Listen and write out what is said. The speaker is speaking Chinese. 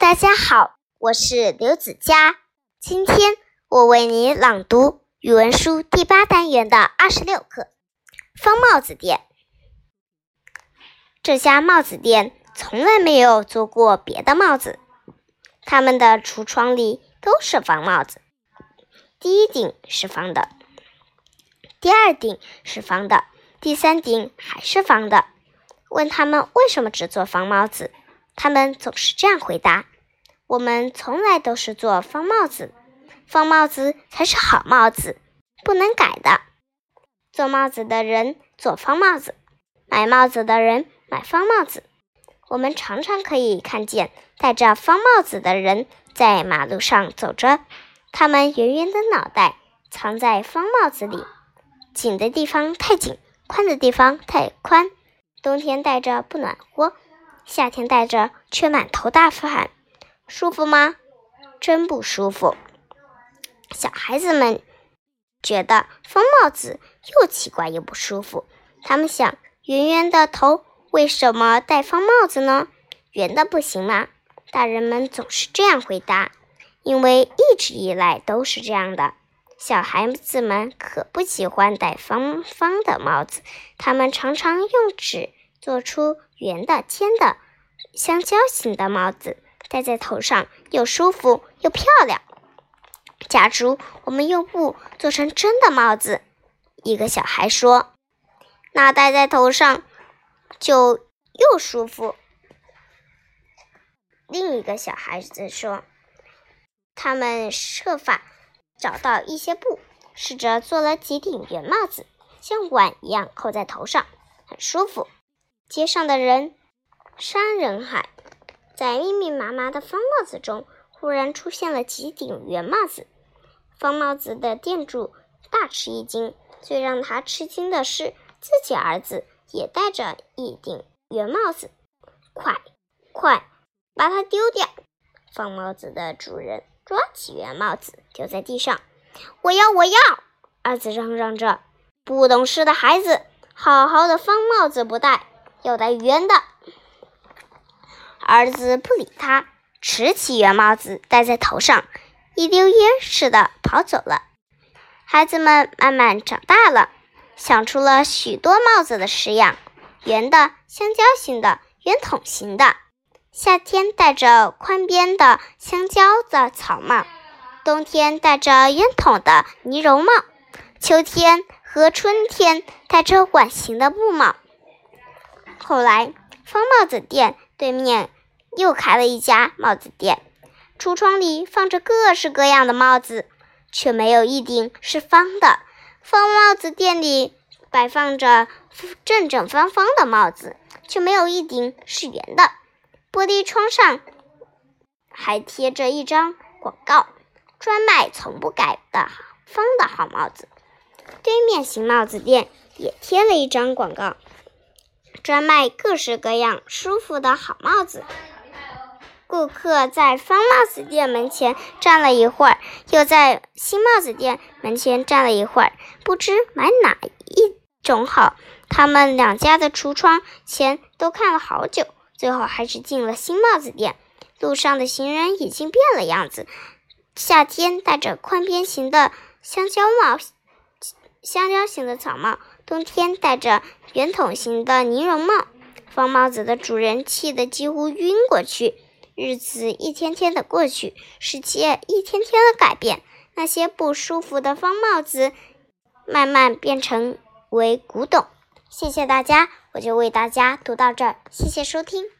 大家好，我是刘子佳。今天我为你朗读语文书第8单元的26课《方帽子店》。这家帽子店从来没有做过别的帽子，他们的橱窗里都是方帽子。第一顶是方的，第二顶是方的，第三顶还是方的。问他们为什么只做方帽子，他们总是这样回答：我们从来都是做方帽子，方帽子才是好帽子，不能改的。做帽子的人做方帽子，买帽子的人买方帽子。我们常常可以看见戴着方帽子的人在马路上走着，他们圆圆的脑袋藏在方帽子里，紧的地方太紧，宽的地方太宽，冬天戴着不暖和，夏天戴着却满头大汗，舒服吗？真不舒服。小孩子们觉得方帽子又奇怪又不舒服，他们想，圆圆的头为什么戴方帽子呢？圆的不行吗？大人们总是这样回答，因为一直以来都是这样的。小孩子们可不喜欢戴方方的帽子，他们常常用纸做出圆的、尖的、香蕉形的帽子，戴在头上又舒服又漂亮。假如我们用布做成真的帽子，一个小孩说，那戴在头上就又舒服。另一个小孩子说，他们设法找到一些布，试着做了几顶圆帽子，像碗一样扣在头上，很舒服。街上的人山人海，在密密麻麻的方帽子中，忽然出现了几顶圆帽子。方帽子的店主大吃一惊，最让他吃惊的是，自己儿子也戴着一顶圆帽子。快，把它丢掉！方帽子的主人抓起圆帽子丢在地上。我要！儿子嚷嚷着，不懂事的孩子，好好的方帽子不戴，要戴圆的。儿子不理他，拾起圆帽子戴在头上，一溜烟似的跑走了。孩子们慢慢长大了，想出了许多帽子的式样，圆的、香蕉形的、圆筒形的。夏天戴着宽边的香蕉的草帽，冬天戴着圆筒的呢绒帽，秋天和春天戴着碗形的布帽。后来，方帽子店对面又开了一家帽子店，橱窗里放着各式各样的帽子，却没有一顶是方的。方帽子店里摆放着正正方方的帽子，却没有一顶是圆的。玻璃窗上还贴着一张广告，专卖从不改的方的好帽子。对面新帽子店也贴了一张广告，专卖各式各样舒服的好帽子。顾客在方帽子店门前站了一会儿，又在新帽子店门前站了一会儿，不知买哪一种好。他们两家的橱窗前都看了好久，最后还是进了新帽子店。路上的行人已经变了样子，夏天戴着宽边形的香蕉形的草帽，冬天戴着圆筒形的呢绒帽。方帽子的主人气得几乎晕过去。日子一天天的过去，世界一天天的改变，那些不舒服的方帽子慢慢变成为古董。谢谢大家，我就为大家读到这儿，谢谢收听。